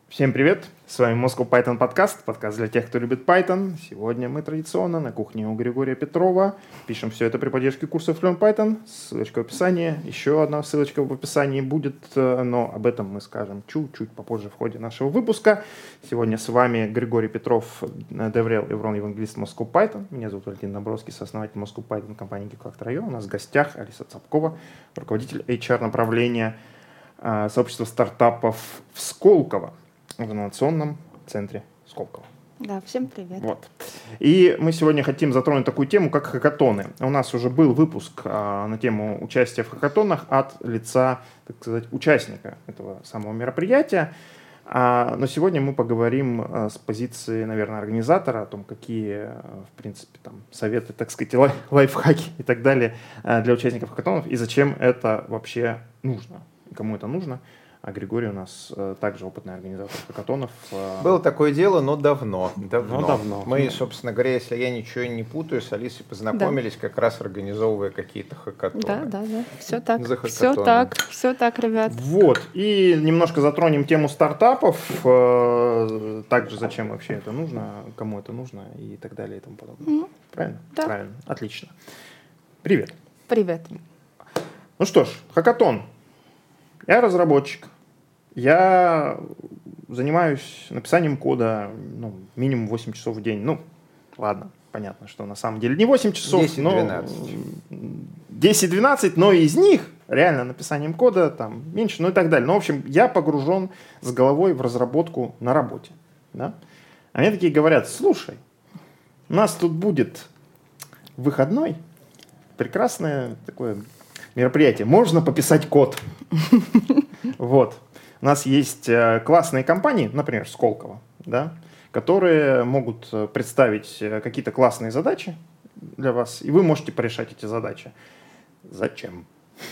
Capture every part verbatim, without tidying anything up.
Всем привет! С вами Moscow Python подкаст, подкаст для тех, кто любит Python. Сегодня мы традиционно на кухне у Григория Петрова. Пишем все это при поддержке курсов Learn Python. Ссылочка в описании. Еще одна ссылочка в описании будет, но об этом мы скажем чуть-чуть попозже в ходе нашего выпуска. Сегодня с вами Григорий Петров, DevRel и Врон Евангелист Moscow Python. Меня зовут Валентин Набровский, сооснователь Moscow Python компании Geek Factor точка ай о. У нас в гостях Алиса Цапкова, руководитель эйч ар направления сообщества стартапов в Сколково, в инновационном центре Сколково. Да, всем привет. Вот. И мы сегодня хотим затронуть такую тему, как хакатоны. У нас уже был выпуск а, на тему участия в хакатонах от лица, так сказать, участника этого самого мероприятия. А, но сегодня мы поговорим а, с позиции, наверное, организатора о том, какие, а, в принципе, там, советы, так сказать, лай- лайфхаки и так далее а, для участников хакатонов и зачем это вообще нужно, кому это нужно. А Григорий у нас э, также опытный организатор хакатонов. Э... Было такое дело, но давно. давно. Но давно. Мы, собственно говоря, если я ничего не путаю, с Алисой познакомились, да, как раз организовывая какие-то хакатоны. Да, да, да. Все так. Все так, все так, ребят. Вот. И немножко затронем тему стартапов. Э, также зачем вообще это нужно, кому это нужно и так далее и тому подобное. Mm-hmm. Правильно? Да. Правильно. Отлично. Привет. Привет. Ну что ж, хакатон. Я разработчик, я занимаюсь написанием кода ну, минимум восемь часов в день. Ну, ладно, понятно, что на самом деле не восемь часов, десять-двенадцать. десять-двенадцать, но из них реально написанием кода там меньше, ну и так далее. Ну, в общем, я погружен с головой в разработку на работе. Да? А мне такие говорят: слушай, у нас тут будет выходной, прекрасное такое мероприятие, можно пописать код. Вот. У нас есть классные компании, например, Сколково, да, которые могут представить какие-то классные задачи для вас, и вы можете порешать эти задачи. Зачем?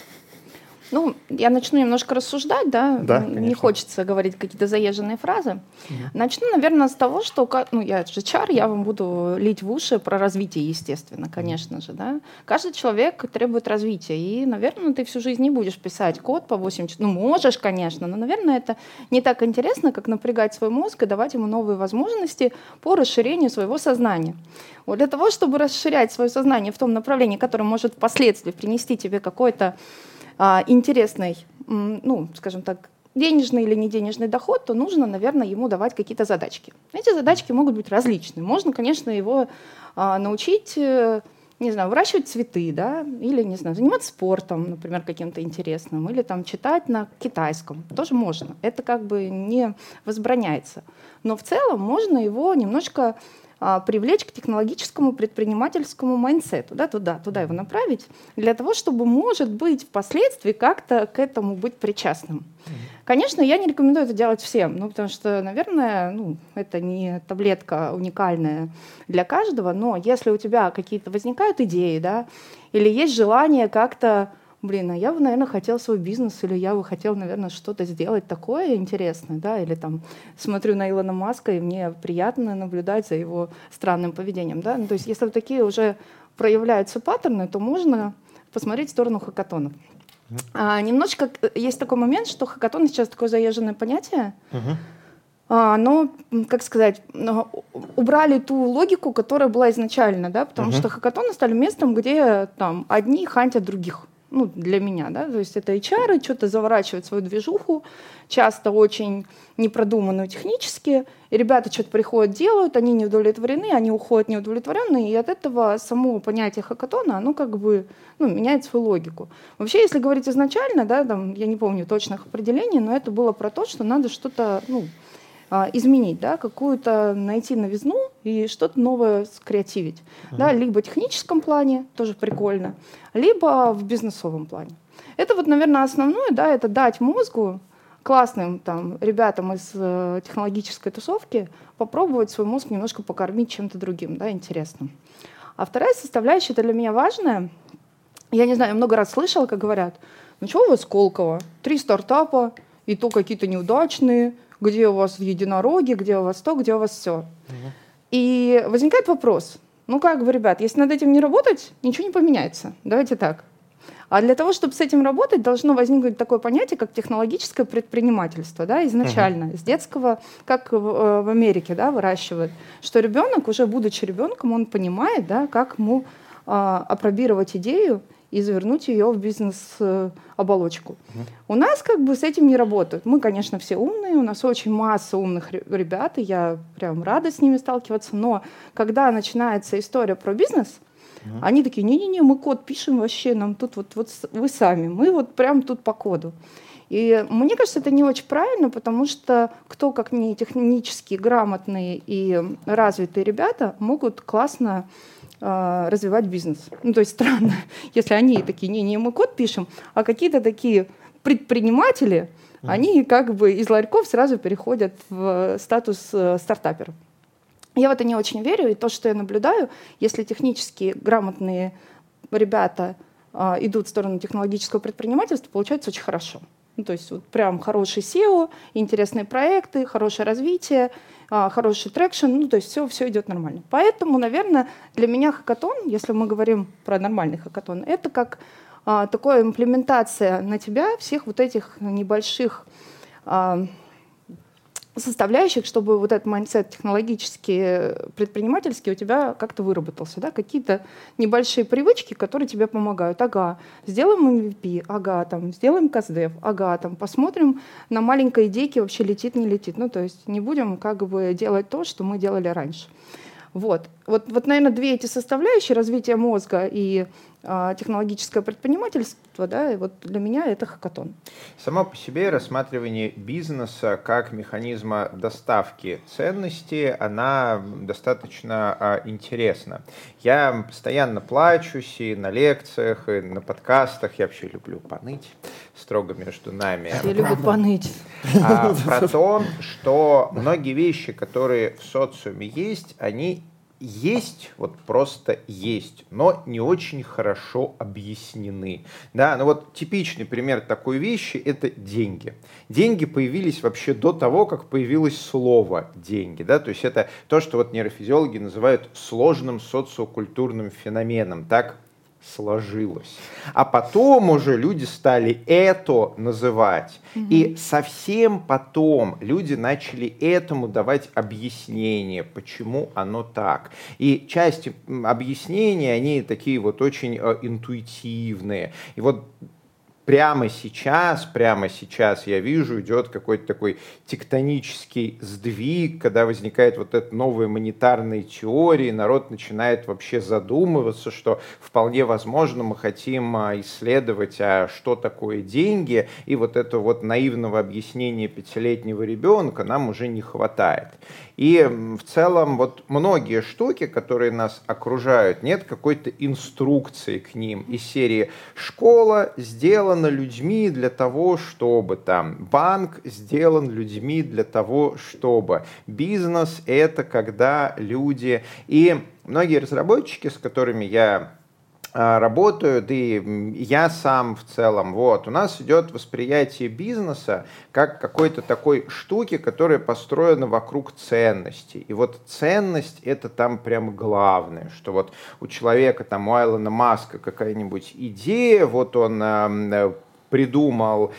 Ну, я начну немножко рассуждать, да, да не конечно. Хочется говорить какие-то заезженные фразы. Mm-hmm. Начну, наверное, с того, что, ну, я же эйч ар, я вам буду лить в уши про развитие, естественно, конечно же, да. Каждый человек требует развития, и, наверное, ты всю жизнь не будешь писать код по восемь часов. Ну, можешь, конечно, но, наверное, это не так интересно, как напрягать свой мозг и давать ему новые возможности по расширению своего сознания. Вот для того, чтобы расширять свое сознание в том направлении, которое может впоследствии принести тебе какой-то интересный, ну, скажем так, денежный или не денежный доход, то нужно, наверное, ему давать какие-то задачки. Эти задачки могут быть различные. Можно, конечно, его а, научить, не знаю, выращивать цветы, да, или, не знаю, заниматься спортом, например, каким-то интересным, или там читать на китайском. Тоже можно. Это как бы не возбраняется. Но в целом можно его немножко привлечь к технологическому предпринимательскому майндсету, да, туда, туда его направить, для того, чтобы, может быть, впоследствии как-то к этому быть причастным. Конечно, я не рекомендую это делать всем, ну, потому что, наверное, ну, это не таблетка уникальная для каждого, но если у тебя какие-то возникают идеи, да, или есть желание как-то, блин, а я бы, наверное, хотел свой бизнес, или я бы хотел, наверное, что-то сделать такое интересное, да, или там смотрю на Илона Маска, и мне приятно наблюдать за его странным поведением, да, ну, то есть если вот такие уже проявляются паттерны, то можно посмотреть в сторону хакатонов. Mm-hmm. А, немножечко есть такой момент, что хакатон сейчас такое заезженное понятие, mm-hmm. а, но, как сказать, убрали ту логику, которая была изначально, да, потому mm-hmm. что хакатоны стали местом, где там одни хантят других. Ну, для меня, да, то есть это эйч ар, что-то заворачивают свою движуху, часто очень непродуманную технически, и ребята что-то приходят, делают, они не удовлетворены, они уходят неудовлетворенные, и от этого само понятие хакатона, оно как бы, ну, меняет свою логику. Вообще, если говорить изначально, да, там, я не помню точных определений, но это было про то, что надо что-то, ну, изменить, да, какую-то найти новизну и что-то новое скреативить. Uh-huh. Да, либо в техническом плане, тоже прикольно, либо в бизнесовом плане. Это вот, наверное, основное, да, это дать мозгу, классным там, ребятам из э, технологической тусовки, попробовать свой мозг немножко покормить чем-то другим, да, интересным. А вторая составляющая, это для меня важная. Я не знаю, я много раз слышала, как говорят: ну чего у вас Сколково? Три стартапа, и то какие-то неудачные, где у вас единороги, где у вас то, где у вас все. Угу. И возникает вопрос, ну как бы, ребят, если над этим не работать, ничего не поменяется. Давайте так. А для того, чтобы с этим работать, должно возникнуть такое понятие, как технологическое предпринимательство, да, изначально, uh-huh. с детского, как в, в Америке, да, выращивают, что ребенок, уже будучи ребенком, он понимает, да, как ему а, апробировать идею и завернуть ее в бизнес-оболочку. Uh-huh. У нас как бы с этим не работают. Мы, конечно, все умные, у нас очень масса умных ребят, и я прям рада с ними сталкиваться, но когда начинается история про бизнес, Uh-huh. они такие, не-не-не, мы код пишем вообще, нам тут вот, вот вы сами, мы вот прям тут по коду. И мне кажется, это не очень правильно, потому что кто, как не технически грамотные и развитые ребята, могут классно э, развивать бизнес. Ну, то есть странно, если они такие, не-не, мы код пишем, а какие-то такие предприниматели, Uh-huh. они как бы из ларьков сразу переходят в статус э, стартаперов. Я в это не очень верю, и то, что я наблюдаю, если технически грамотные ребята а, идут в сторону технологического предпринимательства, получается очень хорошо. Ну, то есть вот прям хороший сео, интересные проекты, хорошее развитие, а, хороший трекшн, ну, то есть все, все идет нормально. Поэтому, наверное, для меня хакатон, если мы говорим про нормальный хакатон, это как а, такая имплементация на тебя всех вот этих небольших а, составляющих, чтобы вот этот майндсет технологический, предпринимательский у тебя как-то выработался, да, какие-то небольшие привычки, которые тебе помогают. Ага, сделаем эм ви пи, ага, там, сделаем каздев, ага, там, посмотрим на маленькой идейке, вообще летит, не летит. Ну, то есть не будем как бы делать то, что мы делали раньше. Вот, вот, вот наверное, две эти составляющие, развитие мозга и а, технологическое предпринимательство, да, и вот для меня это хакатон. Само по себе рассматривание бизнеса как механизма доставки ценностей, она достаточно а, интересна. Я постоянно плачусь и на лекциях, и на подкастах, я вообще люблю поныть, строго между нами. Я люблю поныть. А, про то, что многие вещи, которые в социуме есть, они есть, вот просто есть, но не очень хорошо объяснены. Да, ну вот типичный пример такой вещи – это деньги. Деньги появились вообще до того, как появилось слово «деньги». Да? То есть это то, что вот нейрофизиологи называют сложным социокультурным феноменом. Так сложилось. А потом уже люди стали это называть. Mm-hmm. И совсем потом люди начали этому давать объяснение, почему оно так. И часть объяснений, они такие вот очень э, интуитивные. И вот прямо сейчас, прямо сейчас я вижу, идет какой-то такой тектонический сдвиг, когда возникает вот эта новая монетарная теория, народ начинает вообще задумываться, что вполне возможно мы хотим исследовать, а что такое деньги, и вот этого вот наивного объяснения пятилетнего ребенка нам уже не хватает. И в целом вот многие штуки, которые нас окружают, нет какой-то инструкции к ним из серии «Школа сделана людьми для того, чтобы», там «Банк сделан людьми для того, чтобы», «Бизнес» — это когда люди. И многие разработчики, с которыми я работаю, да и я сам в целом, вот, у нас идет восприятие бизнеса как какой-то такой штуки, которая построена вокруг ценностей. И вот ценность — это там прям главное, что вот у человека, там, у Илона Маска какая-нибудь идея, вот он э, придумал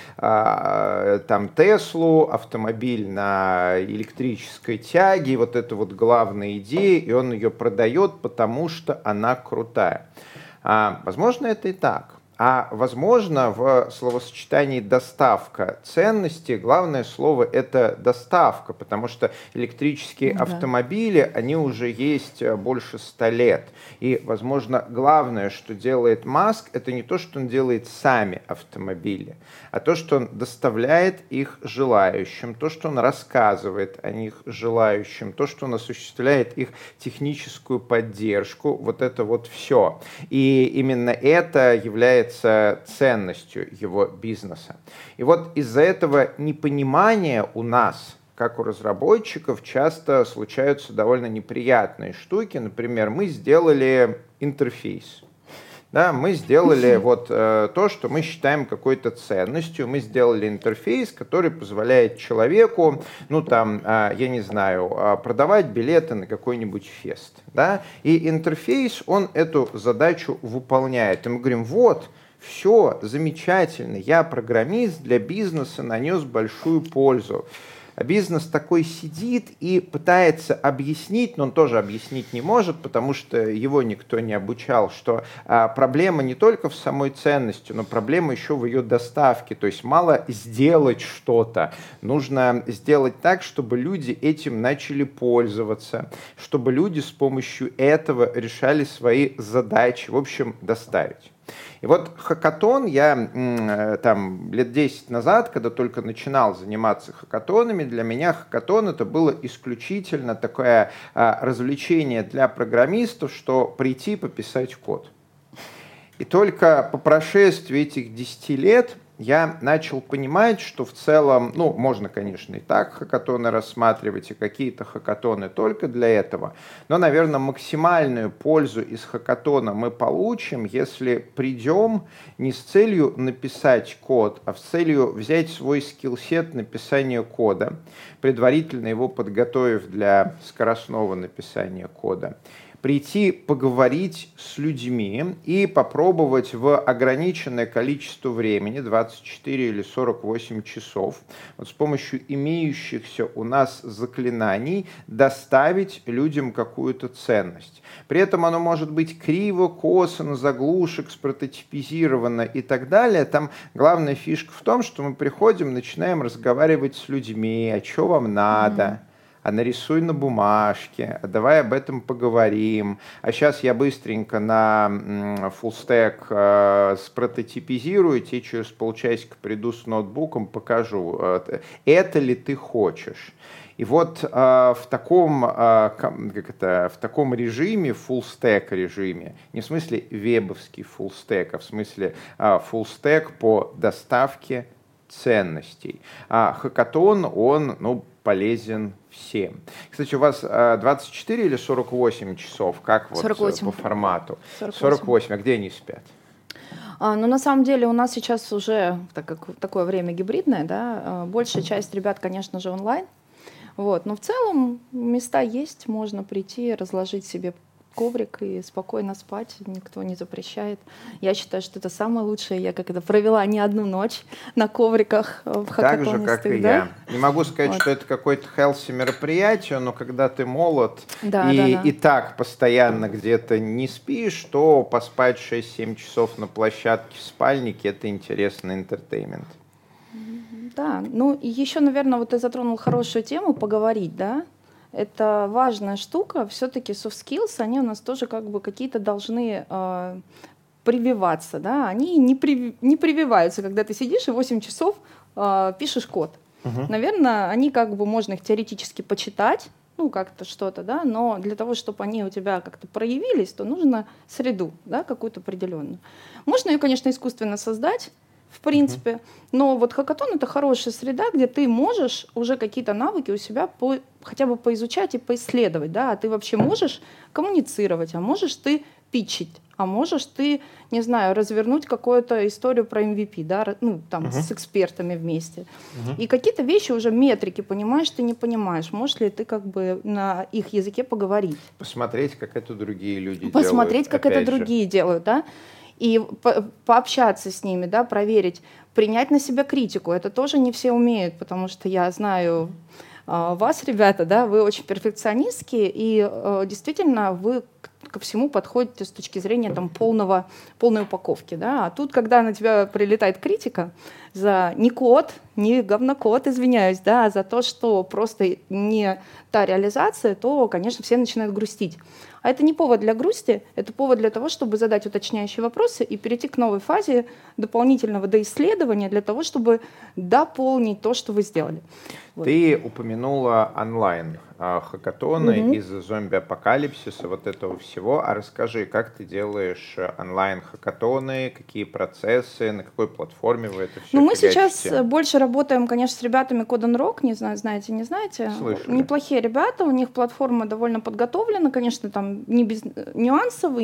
э, там Теслу, автомобиль на электрической тяге, вот это вот главная идея, и он ее продает, потому что она крутая. А, возможно, это и так. А возможно, в словосочетании «доставка ценности» главное слово – это «доставка», потому что электрические да. автомобили, они уже есть больше ста лет. И, возможно, главное, что делает Маск, это не то, что он делает сами автомобили, а то, что он доставляет их желающим, то, что он рассказывает о них желающим, то, что он осуществляет их техническую поддержку, вот это вот все. И именно это является ценностью его бизнеса. И вот из-за этого непонимания у нас, как у разработчиков, часто случаются довольно неприятные штуки. Например, мы сделали интерфейс. Да, мы сделали вот э, то, что мы считаем какой-то ценностью. Мы сделали интерфейс, который позволяет человеку, ну там, э, я не знаю, э, продавать билеты на какой-нибудь фест. Да? И интерфейс, он эту задачу выполняет. И мы говорим, вот, Все замечательно, я программист, для бизнеса нанес большую пользу. А бизнес такой сидит и пытается объяснить, но он тоже объяснить не может, потому что его никто не обучал, что а, проблема не только в самой ценности, но проблема еще в ее доставке. То есть мало сделать что-то, нужно сделать так, чтобы люди этим начали пользоваться, чтобы люди с помощью этого решали свои задачи, в общем, доставить. И вот хакатон я там лет десять назад, когда только начинал заниматься хакатонами, для меня хакатон это было исключительно такое а, развлечение для программистов, что прийти пописать код. И только по прошествии этих десяти лет я начал понимать, что в целом, ну, можно, конечно, и так хакатоны рассматривать, и какие-то хакатоны только для этого, но, наверное, максимальную пользу из хакатона мы получим, если придем не с целью написать код, а с целью взять свой скиллсет написания кода, предварительно его подготовив для скоростного написания кода, прийти поговорить с людьми и попробовать в ограниченное количество времени, двадцать четыре или сорок восемь часов, вот с помощью имеющихся у нас заклинаний доставить людям какую-то ценность. При этом оно может быть криво, косо, на заглушек, спрототипизировано и так далее. Там главная фишка в том, что мы приходим, начинаем разговаривать с людьми, а что вам надо. Mm-hmm. А нарисуй на бумажке, а давай об этом поговорим. А сейчас я быстренько на full stack э, спрототипизирую, тебе через полчасика приду с ноутбуком, покажу, э, это ли ты хочешь. И вот э, в, таком, э, как это, в таком режиме, full stack режиме, не в смысле вебовский full stack, а в смысле э, full stack по доставке ценностей. А хакатон, он, ну, полезен всем. Кстати, у вас двадцать четыре или сорок восемь часов? Как вот сорок восемь. По формату? сорок восемь. сорок восемь. А где они спят? А, ну, на самом деле, у нас сейчас уже, так как такое время гибридное, да, большая часть ребят, конечно же, онлайн. Вот. Но в целом места есть, можно прийти, разложить себе коврик и спокойно спать, никто не запрещает. Я считаю, что это самое лучшее. Я как это провела не одну ночь на ковриках в хакатонистых. Так же, как и да? я. Не могу сказать, вот. что это какое-то healthy мероприятие, но когда ты молод да, и, да, да. и так постоянно где-то не спишь, то поспать шесть-семь часов на площадке в спальнике — это интересный интертеймент. Да, ну и еще, наверное, вот ты затронул хорошую тему, поговорить, да? Это важная штука. Все-таки soft skills, они у нас тоже как бы какие-то должны э, прививаться, да? Они не, при, не прививаются, когда ты сидишь и восемь часов э, пишешь код. Uh-huh. Наверное, они как бы, можно их теоретически почитать, ну, как-то что-то, да, но для того, чтобы они у тебя как-то проявились, то нужно среду, да, какую-то определенную. Можно ее, конечно, искусственно создать, в принципе. Uh-huh. Но вот хакатон — это хорошая среда, где ты можешь уже какие-то навыки у себя по, хотя бы поизучать и поисследовать, да, а ты вообще можешь коммуницировать, а можешь ты питчить, а можешь ты, не знаю, развернуть какую-то историю про эм ви пи, да, ну, там, uh-huh. с экспертами вместе. Uh-huh. И какие-то вещи уже, метрики, понимаешь, ты не понимаешь, можешь ли ты как бы на их языке поговорить. Посмотреть, как это другие люди Посмотреть, делают. Посмотреть, как это же. другие делают, да. И по- пообщаться с ними, да, проверить, принять на себя критику. Это тоже не все умеют, потому что я знаю э, вас, ребята, да, вы очень перфекционистские, и э, действительно вы ко всему подходите с точки зрения там, полного, полной упаковки. Да? А тут, когда на тебя прилетает критика за не код, не говнокод, извиняюсь, да, а за то, что просто не та реализация, то, конечно, все начинают грустить. А это не повод для грусти, это повод для того, чтобы задать уточняющие вопросы и перейти к новой фазе дополнительного доисследования для того, чтобы дополнить то, что вы сделали. Вот. Ты упомянула онлайн хакатоны Mm-hmm. из-за зомби-апокалипсиса, вот этого всего. А расскажи, как ты делаешь онлайн-хакатоны, какие процессы, на какой платформе вы это все Ну, мы фигачите? сейчас больше работаем, конечно, с ребятами Code&Rock, не знаю, знаете, не знаете. Слышали. Неплохие ребята, у них платформа довольно подготовлена, конечно, там не без нюансов, и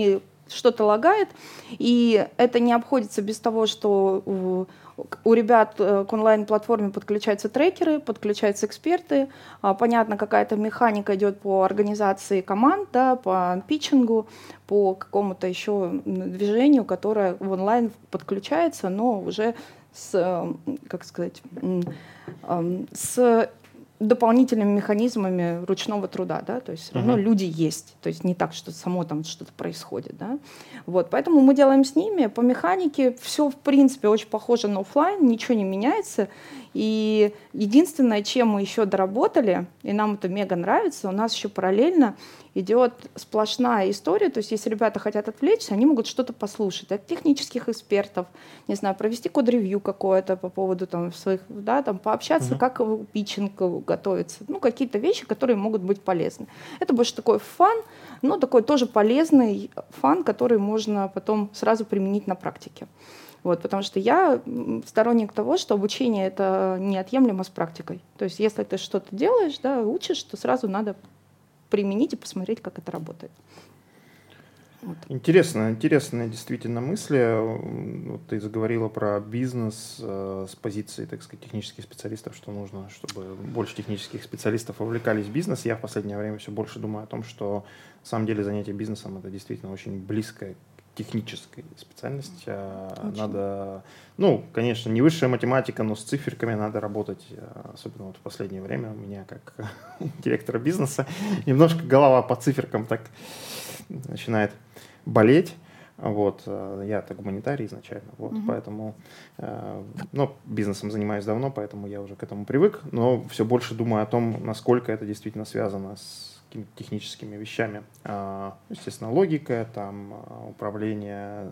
что-то лагает, и это не обходится без того, что у, у ребят к онлайн-платформе подключаются трекеры, подключаются эксперты, понятно, какая-то механика идет по организации команд, да, по питчингу, по какому-то еще движению, которое в онлайн подключается, но уже с, как сказать, с дополнительными механизмами ручного труда, да, то есть все равно uh-huh. люди есть, то есть не так, что само там что-то происходит, да, вот, поэтому мы делаем с ними по механике, все в принципе очень похоже на офлайн, ничего не меняется, и единственное, чем мы еще доработали, и нам это мега нравится, у нас еще параллельно идет сплошная история, то есть если ребята хотят отвлечься, они могут что-то послушать от технических экспертов, не знаю, провести код-ревью какое-то по поводу там своих, да, там пообщаться, uh-huh. как питчинг готовится, ну, какие-то вещи, которые могут быть полезны. Это больше такой фан, но такой тоже полезный фан, который можно потом сразу применить на практике. Вот, потому что я сторонник того, что обучение — это неотъемлемо с практикой. То есть если ты что-то делаешь, да, учишь, то сразу надо применить и посмотреть, как это работает. Вот. Интересно, интересная действительно мысль. Вот ты заговорила про бизнес э, с позиции, так сказать, технических специалистов, что нужно, чтобы больше технических специалистов вовлекались в бизнес. Я в последнее время все больше думаю о том, что на самом деле занятие бизнесом — это действительно очень близкое технической специальности. Очень. Надо, ну, конечно, не высшая математика, но с циферками надо работать, особенно вот в последнее время у меня, как директора бизнеса, немножко голова по циферкам так начинает болеть. Вот, я-то гуманитарий изначально, вот, угу. поэтому, ну, бизнесом занимаюсь давно, поэтому я уже к этому привык, но все больше думаю о том, насколько это действительно связано с техническими вещами. Естественно, логика, там, управление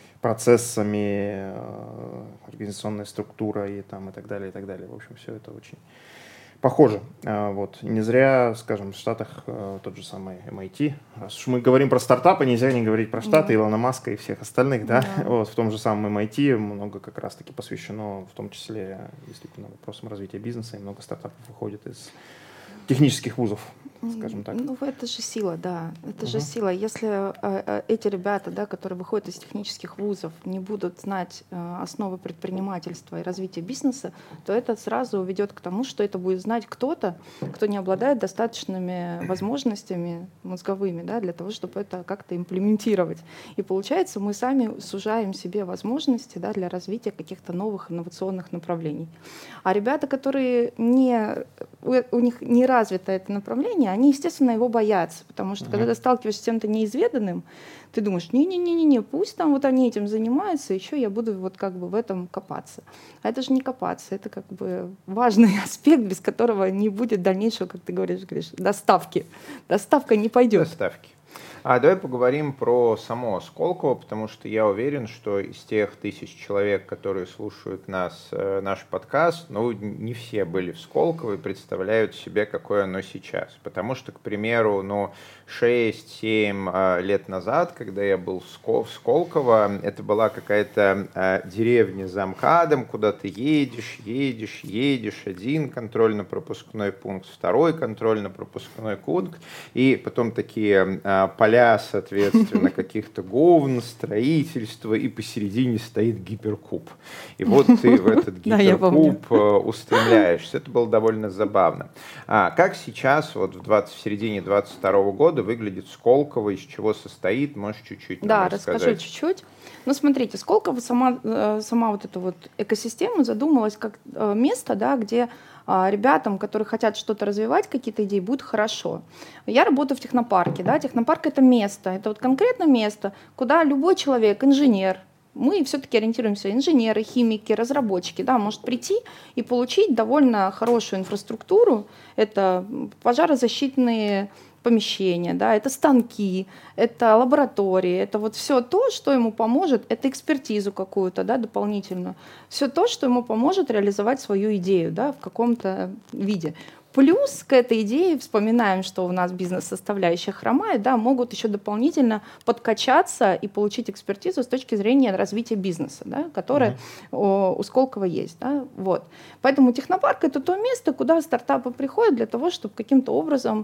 процессами, организационная структура и, там, и так далее, и так далее. В общем, все это очень похоже. Вот. И не зря, скажем, в Штатах тот же самый эм ай ти. Раз уж мы говорим про стартапы, нельзя не говорить про Штаты, mm-hmm. Илона Маска и всех остальных. Да? Mm-hmm. Вот, в том же самом эм ай ти много как раз-таки посвящено, в том числе, действительно, вопросам развития бизнеса, и много стартапов выходит из технических вузов, скажем так. Ну, это же сила, да. Это uh-huh. же сила. Если э, эти ребята, да, которые выходят из технических вузов, не будут знать э, основы предпринимательства и развития бизнеса, то это сразу ведет к тому, что это будет знать кто-то, кто не обладает достаточными возможностями мозговыми, да, для того, чтобы это как-то имплементировать. И получается, мы сами сужаем себе возможности, да, для развития каких-то новых инновационных направлений. А ребята, которые не, у, у них не развито это направление, они, естественно, его боятся, потому что, uh-huh. когда ты сталкиваешься с чем-то неизведанным, ты думаешь, не-не-не-не, пусть там вот они этим занимаются, еще я буду вот как бы в этом копаться. А это же не копаться, это как бы важный аспект, без которого не будет дальнейшего, как ты говоришь, говоришь доставки. Доставка не пойдет. Доставки. А давай поговорим про само Сколково, потому что я уверен, что из тех тысяч человек, которые слушают нас, э, наш подкаст, ну, не все были в Сколково и представляют себе, какое оно сейчас. Потому что, к примеру, ну, шесть-семь э, лет назад, когда я был в, Скол- в Сколково, это была какая-то э, деревня за МКАДом, куда ты едешь, едешь, едешь, один контрольно-пропускной пункт, второй контрольно-пропускной пункт, и потом такие э, поля, соответственно, каких-то говн, строительства, и посередине стоит гиперкуб. И вот ты в этот гиперкуб устремляешься. Это было довольно забавно. А как сейчас, вот в, двадцать, в середине двадцать второго года, выглядит Сколково, из чего состоит? Можешь чуть-чуть нам Да, рассказать? расскажу чуть-чуть. Ну, смотрите, Сколково, сама, сама вот эта вот экосистема задумалась как место, да, где ребятам, которые хотят что-то развивать, какие-то идеи, будет хорошо. Я работаю в технопарке. Да? Технопарк — это место, это вот конкретно место, куда любой человек, инженер, мы все-таки ориентируемся, инженеры, химики, разработчики, да, может прийти и получить довольно хорошую инфраструктуру. Это пожарозащитные помещения, да, это станки, это лаборатории, это вот все то, что ему поможет, это экспертизу какую-то, да, дополнительную, все то, что ему поможет реализовать свою идею, да, в каком-то виде. Плюс к этой идее, вспоминаем, что у нас бизнес-составляющая хромает, да, могут еще дополнительно подкачаться и получить экспертизу с точки зрения развития бизнеса, да, которое mm-hmm. у Сколково есть. Да, вот. Поэтому технопарк — это то место, куда стартапы приходят для того, чтобы каким-то образом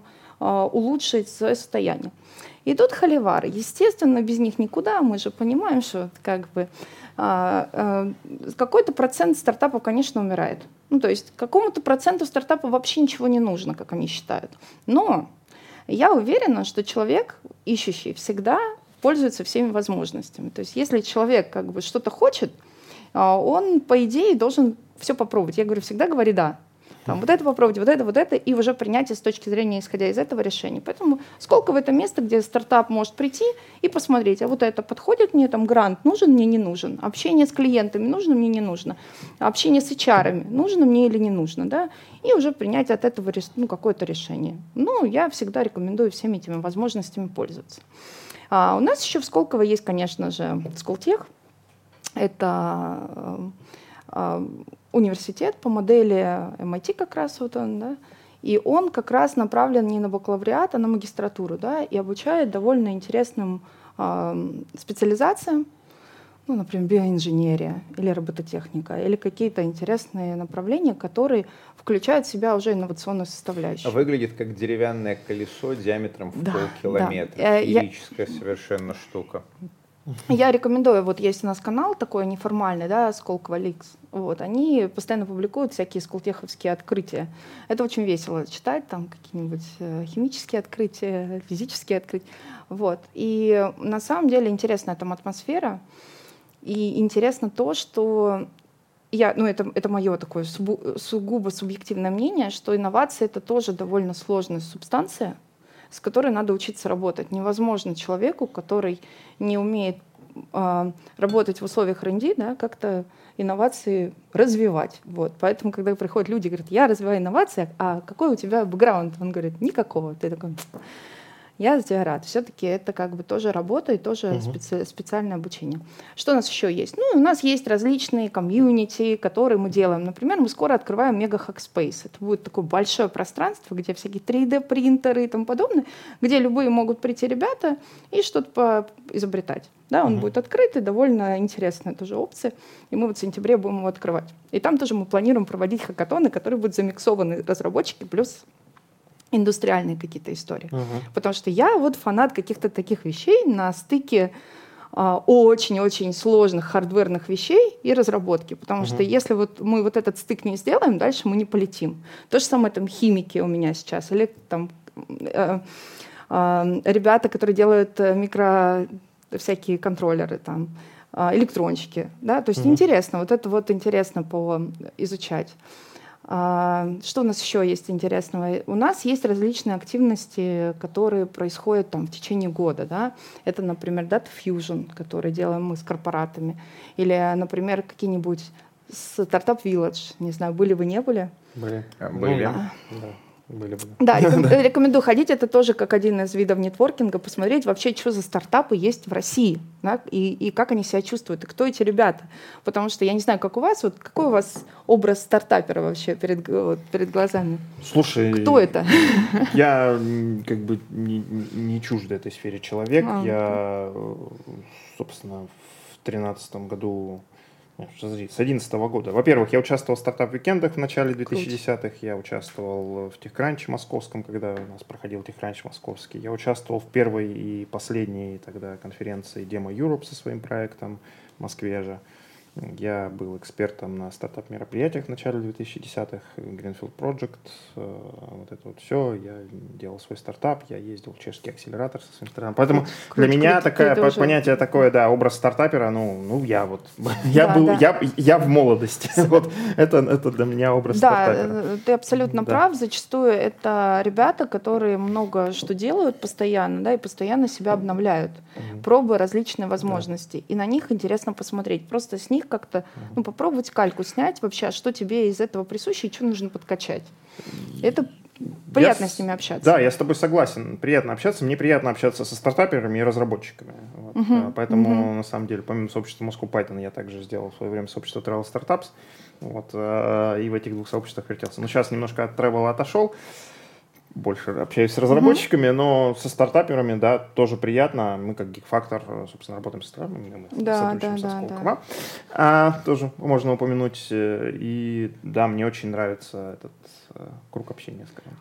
улучшить свое состояние. И тут холивары. Естественно, без них никуда. Мы же понимаем, что как бы какой-то процент стартапов, конечно, умирает. Ну, то есть какому-то проценту стартапов вообще ничего не нужно, как они считают. Но я уверена, что человек, ищущий, всегда пользуется всеми возможностями. То есть если человек как бы что-то хочет, он, по идее, должен все попробовать. Я говорю, всегда говори «да». Там, вот это попробовать, вот это, вот это, и уже принятие с точки зрения, исходя из этого решения. Поэтому сколько в это место, где стартап может прийти и посмотреть, а вот это подходит мне, там грант нужен мне, не нужен, общение с клиентами нужно мне, не нужно, общение с эйч ар нужно мне или не нужно, да, и уже принять от этого ну, какое-то решение. Ну, я всегда рекомендую всеми этими возможностями пользоваться. А у нас еще в Сколково есть, конечно же, Сколтех. Это университет по модели эм ай ти как раз вот он, да, и он как раз направлен не на бакалавриат, а на магистратуру, да, и обучает довольно интересным э, специализациям, ну, например, биоинженерия или робототехника, или какие-то интересные направления, которые включают в себя уже инновационную составляющую. А выглядит как деревянное колесо диаметром в да, полкилометра. Да. Феерическая Я... совершенно штука. Я рекомендую, вот есть у нас канал такой неформальный, да, Сколково Ликс, вот, они постоянно публикуют всякие сколтеховские открытия. Это очень весело читать, там какие-нибудь химические открытия, физические открытия, вот. И на самом деле интересная там атмосфера, и интересно то, что я, ну это, это мое такое суб, сугубо субъективное мнение, что инновации — это тоже довольно сложная субстанция, с которой надо учиться работать. Невозможно человеку, который не умеет э, работать в условиях эр энд ди, да, как-то инновации развивать. Вот. Поэтому, когда приходят люди и говорят, я развиваю инновации, а какой у тебя бэкграунд? Он говорит, никакого. Ты такой, я за тебя рад. Все-таки это как бы тоже работа и тоже uh-huh. специ- специальное обучение. Что у нас еще есть? Ну, у нас есть различные комьюнити, которые мы делаем. Например, мы скоро открываем Mega Hackspace. Это будет такое большое пространство, где всякие три дэ-принтеры и тому подобное, где любые могут прийти ребята и что-то изобретать. Да, он uh-huh. будет открытый, довольно интересная тоже опция. И мы вот в сентябре будем его открывать. И там тоже мы планируем проводить хакатоны, которые будут замиксованы разработчики плюс индустриальные какие-то истории. Uh-huh. Потому что я вот фанат каких-то таких вещей на стыке а, очень-очень сложных хардверных вещей и разработки. Потому uh-huh. что если вот мы вот этот стык не сделаем, дальше мы не полетим. То же самое там химики у меня сейчас. Или там э, э, ребята, которые делают микро всякие контроллеры, там, э, электронщики. Да? То есть uh-huh. интересно. Вот это вот интересно поизучать. Что у нас еще есть интересного? У нас есть различные активности, которые происходят там в течение года. Да? Это, например, Data Fusion, который делаем мы с корпоратами. Или, например, какие-нибудь Startup Village. Не знаю, были вы, не были? Были. А, были. А. Да. Были бы. Да, рекомендую ходить. Это тоже как один из видов нетворкинга, посмотреть вообще, что за стартапы есть в России, да, и, и как они себя чувствуют, и кто эти ребята. Потому что я не знаю, как у вас, вот какой у вас образ стартапера вообще перед, вот, перед глазами? Слушай, кто это? Я как бы не, не чужд этой сфере человек. А, я, собственно, в две тысячи тринадцатом году... С одиннадцатого года. Во-первых, я участвовал в стартап-викендах в начале двухтысячных. Я участвовал в Техкранче московском, когда у нас проходил Техкранч московский. Я участвовал в первой и последней тогда конференции Demo Europe со своим проектом в Москве же. Я был экспертом на стартап-мероприятиях в начале двухтысячных, Greenfield Project, вот это вот все. Я делал свой стартап, я ездил в чешский акселератор со своим стартапом. Поэтому круто, для меня круто, такое по- понятие такое, да, образ стартапера, ну, ну я вот, я да, был, да. Я, я в молодости. Вот это, это для меня образ да, стартапера. Да, ты абсолютно да. прав. Зачастую это ребята, которые много что делают постоянно, да, и постоянно себя обновляют, угу. пробуя различные возможности. Да. И на них интересно посмотреть. Просто с них как-то ну, попробовать кальку снять вообще, что тебе из этого присуще и что нужно подкачать. Это приятно я с ними общаться. Да, я с тобой согласен. Приятно общаться. Мне приятно общаться со стартаперами и разработчиками. Вот. Uh-huh. Поэтому, uh-huh. на самом деле, помимо сообщества Moscow Python, я также сделал в свое время сообщество Travel Startups. Вот, и в этих двух сообществах вертелся. Но сейчас немножко от Travel отошел. Больше общаюсь с разработчиками, mm-hmm. но со стартаперами, да, тоже приятно. Мы как Geekfactor, собственно, работаем с стартаперами, мы да, сотрудничаем да, со да, Сколково. да. А, тоже можно упомянуть. И да, мне очень нравится этот круг общения, скажем так.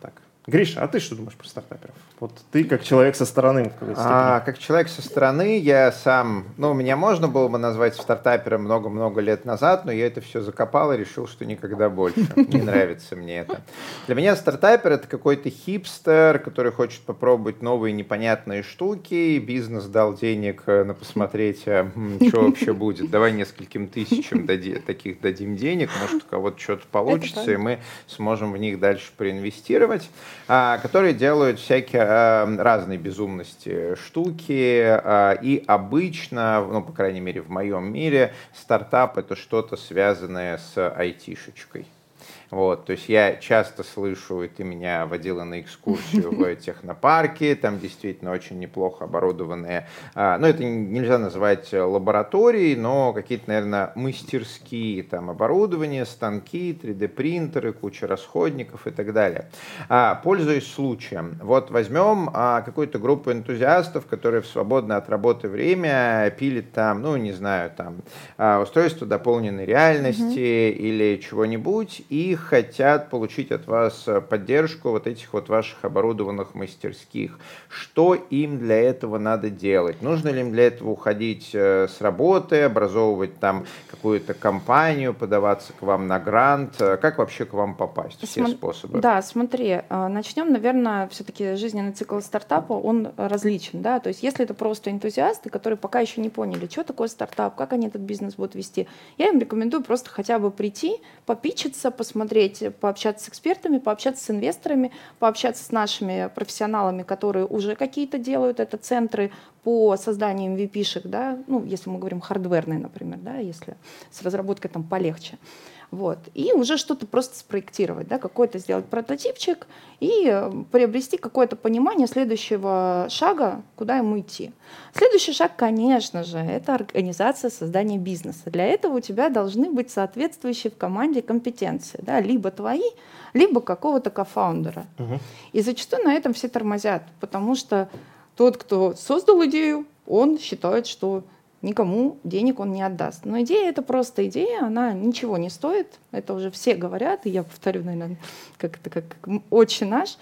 Гриша, а ты что думаешь про стартаперов? Вот ты как человек со стороны. А, как человек со стороны, я сам, ну, меня можно было бы назвать стартапером много-много лет назад, но я это все закопал и решил, что никогда больше. Не нравится мне это. Для меня стартапер — это какой-то хипстер, который хочет попробовать новые непонятные штуки. Бизнес дал денег на посмотреть, а, что вообще будет. Давай нескольким тысячам дади, таких дадим денег, может, у кого-то что-то получится, и мы сможем в них дальше проинвестировать. А, которые делают всякие а, разные безумности штуки, а, и обычно, ну, по крайней мере, в моем мире, стартап — это что-то связанное с айтишечкой. Вот, то есть я часто слышу, и ты меня водила на экскурсию в технопарке, там действительно очень неплохо оборудованные, а, ну это нельзя называть лабораторией, но какие-то, наверное, мастерские там оборудования, станки, три дэ принтеры, куча расходников и так далее. А, пользуясь случаем, вот возьмем а, какую-то группу энтузиастов, которые в свободное от работы время пилят там, ну не знаю, там а, устройство дополненной реальности mm-hmm. или чего-нибудь, и хотят получить от вас поддержку вот этих вот ваших оборудованных мастерских. Что им для этого надо делать? Нужно ли им для этого уходить с работы, образовывать там какую-то компанию, подаваться к вам на грант? Как вообще к вам попасть? Все См... способы. Да, смотри, начнем, наверное, все-таки жизненный цикл стартапа, он различен, да, то есть если это просто энтузиасты, которые пока еще не поняли, что такое стартап, как они этот бизнес будут вести, я им рекомендую просто хотя бы прийти, попичиться, посмотреть, пообщаться с экспертами, пообщаться с инвесторами, пообщаться с нашими профессионалами, которые уже какие-то делают это, центры по созданию эм ви пи-шек, да, ну, если мы говорим хардверные, например, да, если с разработкой там полегче. Вот. И уже что-то просто спроектировать, да, какой-то сделать прототипчик и приобрести какое-то понимание следующего шага, куда ему идти. Следующий шаг, конечно же, это организация создания бизнеса. Для этого у тебя должны быть соответствующие в команде компетенции, да, либо твои, либо какого-то кофаундера. Угу. И зачастую на этом все тормозят, потому что тот, кто создал идею, он считает, что никому денег он не отдаст. Но идея — это просто идея, она ничего не стоит, это уже все говорят, и я повторю, наверное, как это как отче наш.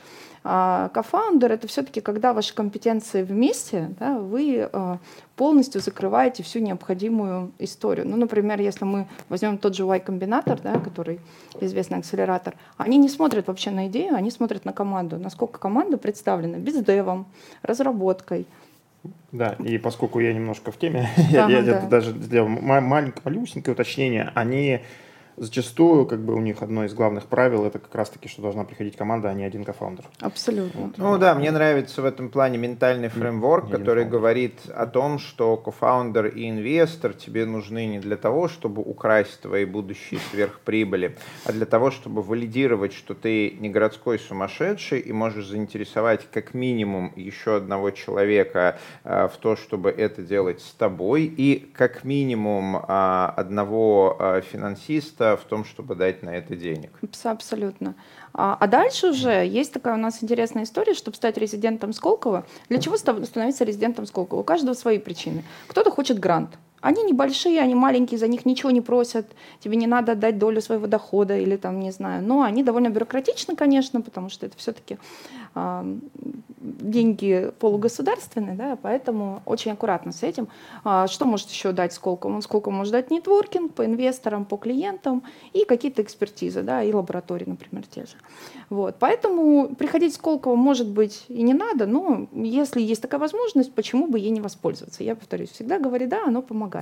А кофаундер — это все-таки когда ваши компетенции вместе, да, вы а, полностью закрываете всю необходимую историю. Ну, например, если мы возьмем тот же Y-комбинатор, да, который известный акселератор, они не смотрят вообще на идею, они смотрят на команду, насколько команда представлена бездевом, разработкой. Да, и поскольку я немножко в теме, ага, я, я да. даже сделал маленькое, малюсенькое уточнение, они зачастую, как бы у них одно из главных правил, это как раз-таки, что должна приходить команда, а не один кофаундер. Абсолютно. Вот. Ну да, мне нравится в этом плане ментальный фреймворк, не который говорит о том, что кофаундер и инвестор тебе нужны не для того, чтобы украсть твои будущие сверхприбыли, а для того, чтобы валидировать, что ты не городской сумасшедший и можешь заинтересовать как минимум еще одного человека а, в то, чтобы это делать с тобой, и как минимум а, одного а, финансиста в том, чтобы дать на это денег. Абсолютно. А, а дальше уже есть такая у нас интересная история, чтобы стать резидентом Сколково. Для чего становиться резидентом Сколково? У каждого свои причины. Кто-то хочет грант. Они небольшие, они маленькие, за них ничего не просят, тебе не надо отдать долю своего дохода или там, не знаю. Но они довольно бюрократичны, конечно, потому что это все-таки э, деньги полугосударственные, да, поэтому очень аккуратно с этим. А что может еще дать Сколково? Сколково может дать нетворкинг по инвесторам, по клиентам и какие-то экспертизы, да, и лаборатории, например, те же. Вот. Поэтому приходить в Сколково, может быть, и не надо, но если есть такая возможность, почему бы ей не воспользоваться? Я повторюсь, всегда говорю, да, оно помогает.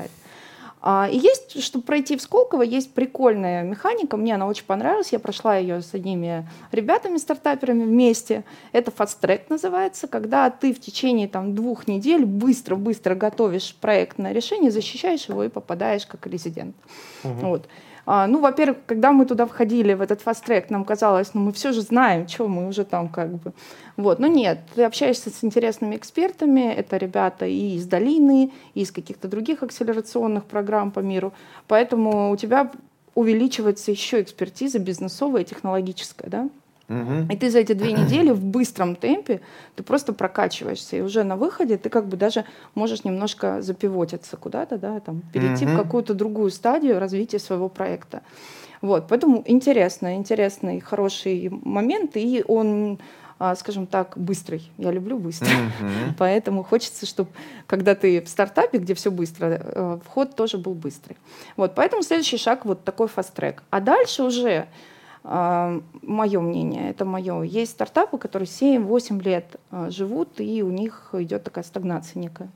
И есть, чтобы пройти в Сколково, есть прикольная механика, мне она очень понравилась, я прошла ее с одними ребятами, стартаперами вместе. Это Fast Track называется, когда ты в течение там, двух недель быстро-быстро готовишь проектное решение, защищаешь его и попадаешь как резидент. Угу. Вот. Ну, во-первых, когда мы туда входили, в этот фаст-трек, нам казалось, ну, мы все же знаем, что мы уже там как бы... Вот, но нет, ты общаешься с интересными экспертами, это ребята и из долины, и из каких-то других акселерационных программ по миру, поэтому у тебя увеличивается еще экспертиза бизнесовая и технологическая, да? И ты за эти две недели в быстром темпе ты просто прокачиваешься, и уже на выходе ты как бы даже можешь немножко запивотиться куда-то, да, там, перейти uh-huh. в какую-то другую стадию развития своего проекта. Вот, поэтому интересно, интересный, хороший момент, и он скажем так, быстрый. Я люблю быстрый. Поэтому хочется, чтобы, когда ты в стартапе, где все быстро, вход тоже был быстрый. Вот, поэтому следующий шаг вот такой фаст-трек. А дальше уже, мое мнение, это мое, есть стартапы, которые семь-восемь лет живут, и у них идет такая стагнация некая.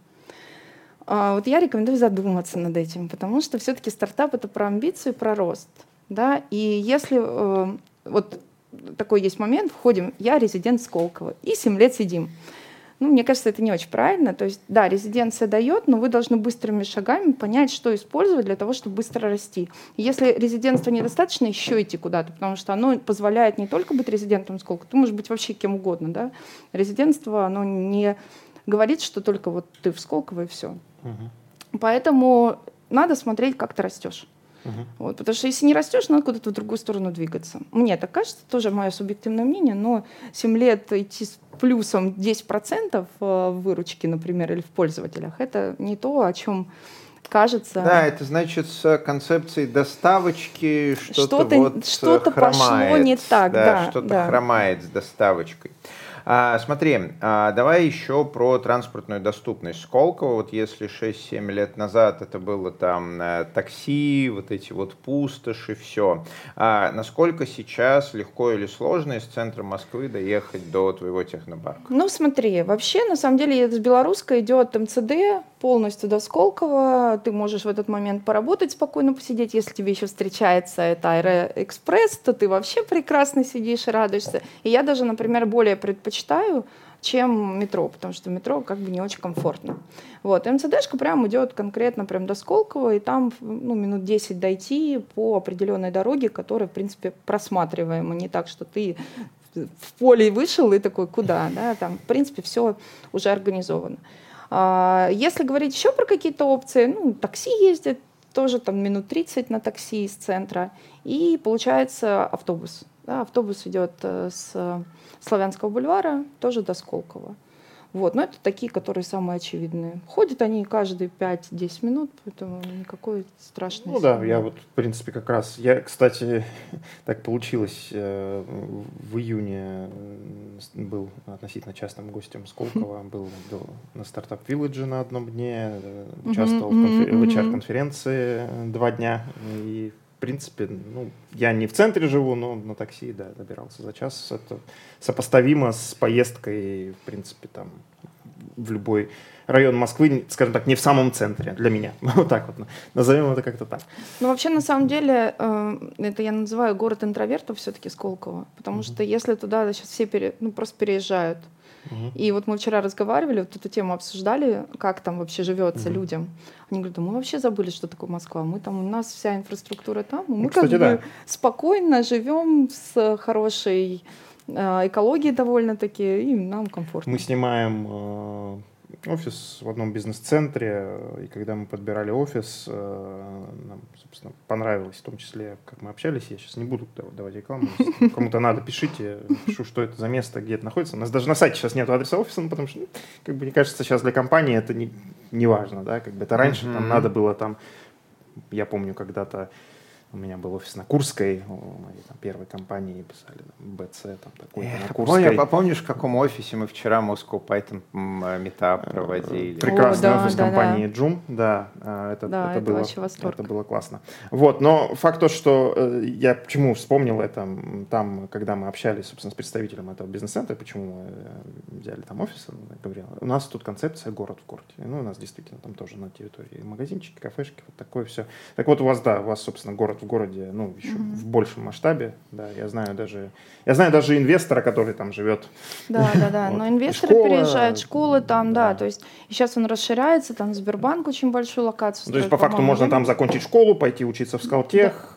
Вот я рекомендую задуматься над этим, потому что все-таки стартап — это про амбицию, про рост. Да? И если э, вот такой есть момент, входим, я резидент Сколково, и семь лет сидим. Ну, мне кажется, это не очень правильно. То есть, да, резиденция дает, но вы должны быстрыми шагами понять, что использовать для того, чтобы быстро расти. И если резидентства недостаточно, еще идти куда-то, потому что оно позволяет не только быть резидентом Сколково, ты можешь быть вообще кем угодно. Да? Резидентство, оно не говорит, что только вот ты в Сколково и все. Угу. Поэтому надо смотреть, как ты растешь. Uh-huh. Вот, потому что если не растешь, надо куда-то в другую сторону двигаться. Мне так кажется, тоже мое субъективное мнение, но семь лет идти с плюсом десять процентов в выручке, например, или в пользователях, это не то, о чем кажется. Да, это значит, с концепцией доставочки что-то, что-то, вот что-то хромает, пошло не так. Да, да, что-то да. хромает с доставочкой. А, смотри, а, давай еще про транспортную доступность Сколково. Вот если шесть-семь лет назад это было там такси, вот эти вот пустоши, все. А насколько сейчас легко или сложно из центра Москвы доехать до твоего технопарка? Ну смотри, вообще на самом деле с Белорусской идет эм цэ дэ полностью до Сколково. Ты можешь в этот момент поработать, спокойно посидеть. Если тебе еще встречается это Аэроэкспресс, то ты вообще прекрасно сидишь и радуешься. И я даже, например, более предпочитаю читаю, чем метро, потому что метро как бы не очень комфортно. Вот. эм цэ дэ-шка прям идет конкретно прям до Сколково, и там ну, минут десять дойти по определенной дороге, которая, в принципе, просматриваема. Не так, что ты в поле вышел и такой, куда? Да? Там, в принципе, все уже организовано. А если говорить еще про какие-то опции, ну, такси ездит, тоже там минут тридцать на такси из центра, и получается автобус. Да, автобус идет с Славянского бульвара тоже до Сколково. Вот. Но это такие, которые самые очевидные. Ходят они каждые пять-десять минут, поэтому никакой страшной. Ну да, я вот, в принципе, как раз... Я, кстати, так получилось, в июне был относительно частным гостем Сколково, был на стартап-вилледже на одном дне, участвовал в эйч ар-конференции два дня, и в принципе, ну, я не в центре живу, но на такси, да, добирался за час. Это сопоставимо с поездкой, в принципе, там, в любой район Москвы, скажем так, не в самом центре для меня. Вот так вот. Назовем это как-то так. Ну, вообще, на самом деле, это я называю город интровертов все-таки Сколково, потому mm-hmm. что если туда сейчас все пере, ну, просто переезжают. Uh-huh. И вот мы вчера разговаривали, вот эту тему обсуждали, как там вообще живется uh-huh. людям. Они говорят, да мы вообще забыли, что такое Москва. Мы там, у нас вся инфраструктура там, и мы ну, кстати, как да. бы спокойно живем с хорошей э, экологией довольно-таки, и нам комфортно. Мы снимаем э, офис в одном бизнес-центре, и когда мы подбирали офис, э, нам, собственно, понравилось, в том числе, как мы общались. Я сейчас не буду давать рекламу. Кому-то надо, пишите, пишу, что это за место, где это находится. У нас даже на сайте сейчас нет адреса офиса, ну, потому что, ну, как бы, мне кажется, сейчас для компании это не, не важно, да, как бы это раньше mm-hmm. там надо было там, я помню, когда-то у меня был офис на Курской, у моей там, первой компании писали там, бэ цэ, там такой Эх, на Курской. Помню, помнишь, в каком офисе мы вчера Moscow Python метап проводили? Прекрасный О, да, офис да, компании да. Joom, да, это, да, это, это, было, вообще восторг. Это было классно. Вот, но факт то, что я почему вспомнил это, там, когда мы общались, собственно, с представителем этого бизнес-центра, почему мы взяли там офис, говорил, у нас тут концепция город в городе. Ну, у нас действительно там тоже на территории магазинчики, кафешки, вот такое все. Так вот у вас, да, у вас, собственно, город в городе, ну, еще mm-hmm. в большем масштабе, да, я знаю даже, я знаю даже инвестора, который там живет. Да, да, да, вот. Но инвесторы школа, переезжают, школы там, да. да, то есть и сейчас он расширяется, там Сбербанк очень большую локацию строит. То есть по факту можно там закончить школу, пойти учиться в Скалтех.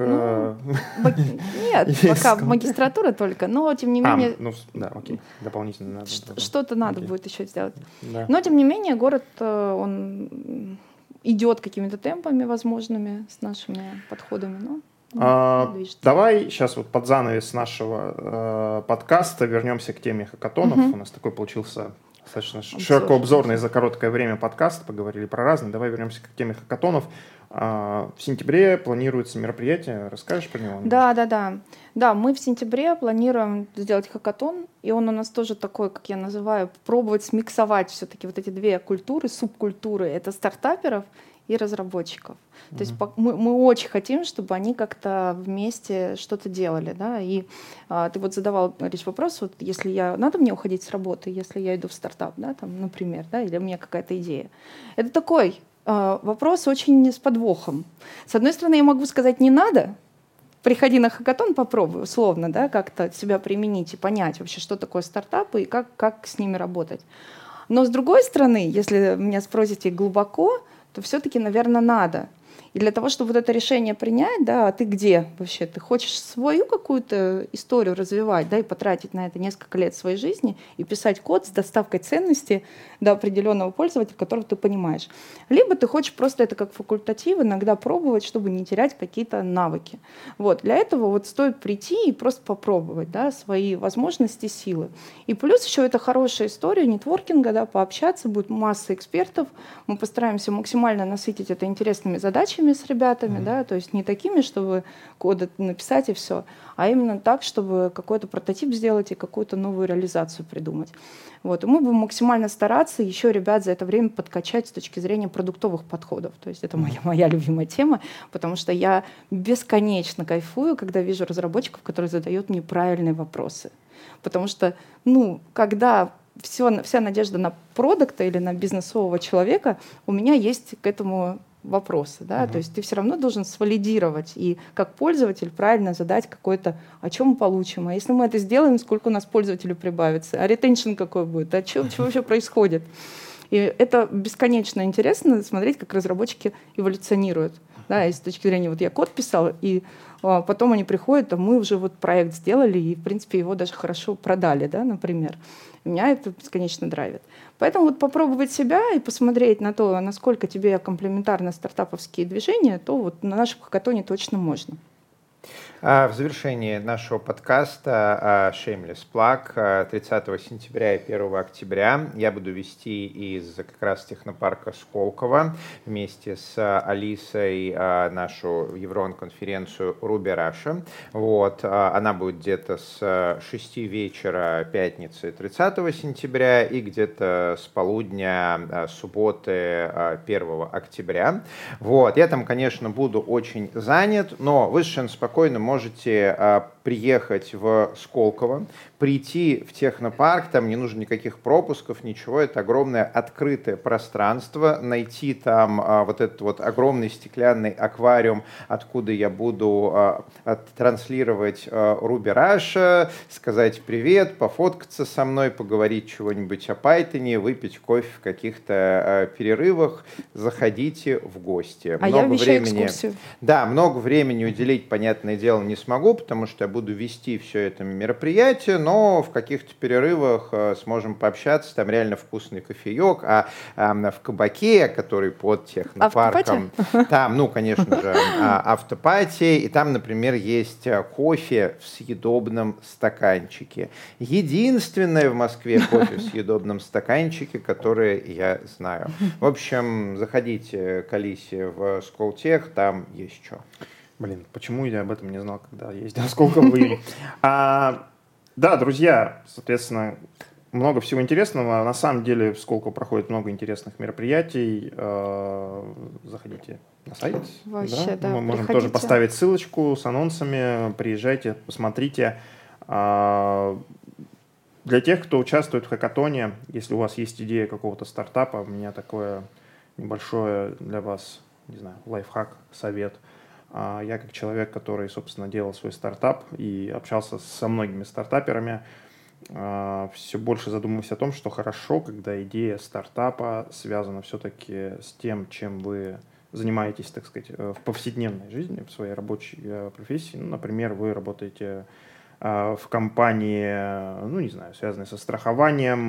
Нет, пока магистратура только, но тем не менее... Ну, да, окей, дополнительно надо. Что-то надо будет еще сделать. Но тем не менее город, он идет какими-то темпами возможными с нашими подходами, но... А, давай сейчас вот под занавес нашего э, подкаста вернемся к теме хакатонов. Uh-huh. У нас такой получился достаточно Обзор. широко обзорный за короткое время подкаст. Поговорили про разные. Давай вернемся к теме хакатонов. В сентябре планируется мероприятие. Расскажешь про него? Да, да, да. Да, мы в сентябре планируем сделать хакатон, и он у нас тоже такой, как я называю, пробовать смиксовать все-таки вот эти две культуры, субкультуры. Это стартаперов и разработчиков. Mm-hmm. То есть мы, мы очень хотим, чтобы они как-то вместе что-то делали. Да? И а, ты вот задавал, Рич, вопрос, вот если я, надо мне уходить с работы, если я иду в стартап, да, там, например, да, или у меня какая-то идея. Это такой а, вопрос очень с подвохом. С одной стороны, я могу сказать, не надо, приходи на хакатон, попробуй, условно, да, как-то себя применить и понять вообще, что такое стартапы и как, как с ними работать. Но с другой стороны, если меня спросите глубоко, то все-таки, наверное, надо. И для того, чтобы вот это решение принять, да, а ты где вообще? Ты хочешь свою какую-то историю развивать, да, и потратить на это несколько лет своей жизни и писать код с доставкой ценности до определенного пользователя, которого ты понимаешь. Либо ты хочешь просто это как факультатив иногда пробовать, чтобы не терять какие-то навыки. Вот. Для этого вот стоит прийти и просто попробовать, да, свои возможности, силы. И плюс еще это хорошая история нетворкинга, да, пообщаться, будет масса экспертов. Мы постараемся максимально насытить это интересными задачами с ребятами, mm-hmm. да, то есть не такими, чтобы коды написать и все, а именно так, чтобы какой-то прототип сделать и какую-то новую реализацию придумать. Вот. И мы будем максимально стараться еще ребят за это время подкачать с точки зрения продуктовых подходов. То есть это моя, моя любимая тема, потому что я бесконечно кайфую, когда вижу разработчиков, которые задают мне правильные вопросы. Потому что, ну, когда все, вся надежда на продукта или на бизнесового человека, у меня есть к этому вопросы, да, uh-huh. то есть ты все равно должен свалидировать и как пользователь правильно задать какой-то, о чем мы получим, а если мы это сделаем, сколько у нас пользователей прибавится, а ретеншн какой будет, а что, что вообще происходит. И это бесконечно интересно смотреть, как разработчики эволюционируют, да, и с точки зрения, вот я код писал, и а, потом они приходят, а мы уже вот проект сделали, и, в принципе, его даже хорошо продали, да, например. Меня это бесконечно драйвит. Поэтому вот попробовать себя и посмотреть на то, насколько тебе комплементарны стартаповские движения, то вот на нашем хакатоне точно можно. В завершении нашего подкаста Shameless Plug тридцатого сентября и первого октября я буду вести из как раз технопарка Сколково вместе с Алисой нашу Еврон-конференцию Ruby Russia. Вот. Она будет где-то с шести вечера пятницы тридцатого сентября и где-то с полудня субботы первого октября. Вот. Я там, конечно, буду очень занят, но вы совершенно спокойно можете а, приехать в Сколково, прийти в технопарк, там не нужно никаких пропусков, ничего, это огромное открытое пространство, найти там а, вот этот вот огромный стеклянный аквариум, откуда я буду а, транслировать а, Ruby Russia, сказать привет, пофоткаться со мной, поговорить чего-нибудь о Python, выпить кофе в каких-то а, перерывах, заходите в гости. А много я вещаю времени, экскурсию. Да, много времени уделить, понятное дело, не смогу, потому что я буду вести все это мероприятие, но в каких-то перерывах э, сможем пообщаться, там реально вкусный кофеек, а э, в кабаке, который под технопарком, там, ну, конечно же, автопати, и там, например, есть кофе в съедобном стаканчике. Единственное в Москве кофе в съедобном стаканчике, которое я знаю. В общем, заходите к Алисе в Сколтех, там есть что. Блин, почему я об этом не знал, когда ездил в Сколково? а, Да, друзья, соответственно, много всего интересного. На самом деле в Сколково проходит много интересных мероприятий. Заходите на сайт. Вообще, да. да. Мы можем приходите. тоже поставить ссылочку с анонсами. Приезжайте, посмотрите. Для тех, кто участвует в хакатоне, если у вас есть идея какого-то стартапа, у меня такое небольшое для вас, не знаю, лайфхак, совет. Я как человек, который, собственно, делал свой стартап и общался со многими стартаперами, все больше задумываюсь о том, что хорошо, когда идея стартапа связана все-таки с тем, чем вы занимаетесь, так сказать, в повседневной жизни, в своей рабочей профессии. Ну, например, вы работаете в компании, ну, не знаю, связанной со страхованием,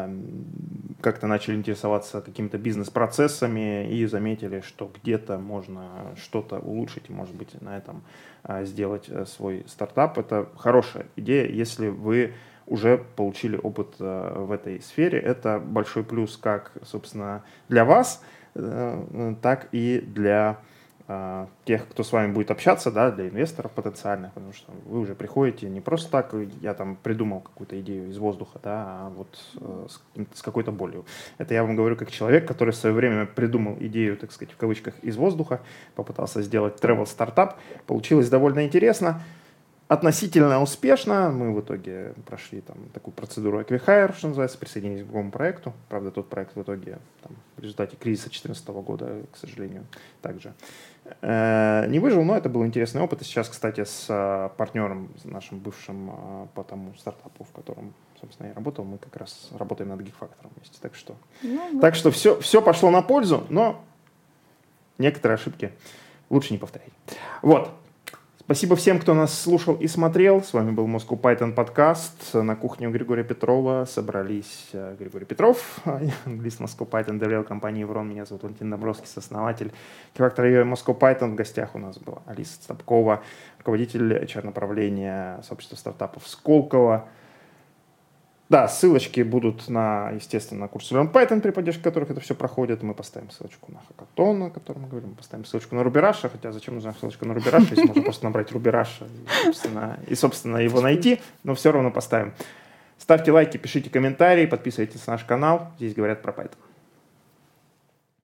как-то начали интересоваться какими-то бизнес-процессами и заметили, что где-то можно что-то улучшить и, может быть, на этом сделать свой стартап. Это хорошая идея, если вы уже получили опыт в этой сфере. Это большой плюс как, собственно, для вас, так и для э, тех, кто с вами будет общаться, да, для инвесторов потенциальных, потому что вы уже приходите не просто так, я там придумал какую-то идею из воздуха, да, а вот э, с, с какой-то болью. Это я вам говорю как человек, который в свое время придумал идею, так сказать, в кавычках, из воздуха, попытался сделать travel-стартап, получилось довольно интересно. Относительно успешно. Мы в итоге прошли там такую процедуру Acquihire, что называется, присоединились к другому проекту. Правда, тот проект в итоге там, в результате кризиса две тысячи четырнадцатого года, к сожалению, также э, не выжил, но это был интересный опыт. И сейчас, кстати, с э, партнером, с нашим бывшим э, по тому стартапу, в котором, собственно, я работал, мы как раз работаем над гиг-фактором вместе. Так что, ну, так что все, все пошло на пользу, но некоторые ошибки лучше не повторять. Вот. Спасибо всем, кто нас слушал и смотрел. С вами был Moscow Python подкаст. На кухне у Григория Петрова собрались Григорий Петров, английский Moscow Python, доверял компании Еврон. Меня зовут Валентин Домбровский, сооснователь гиг-фактора Moscow Python. В гостях у нас была Алиса Цапкова, руководитель эйч ар-направления сообщества стартапов Сколково. Да, ссылочки будут на, естественно, на курсы Learn Python, при поддержке которых это все проходит. Мы поставим ссылочку на хакатон, о котором мы говорим. Мы поставим ссылочку на Рубераша, хотя зачем нужна ссылочка на Рубераша, если можно просто набрать Рубераша и, собственно, и, собственно, его найти, но все равно поставим. Ставьте лайки, пишите комментарии, подписывайтесь на наш канал. Здесь говорят про Python.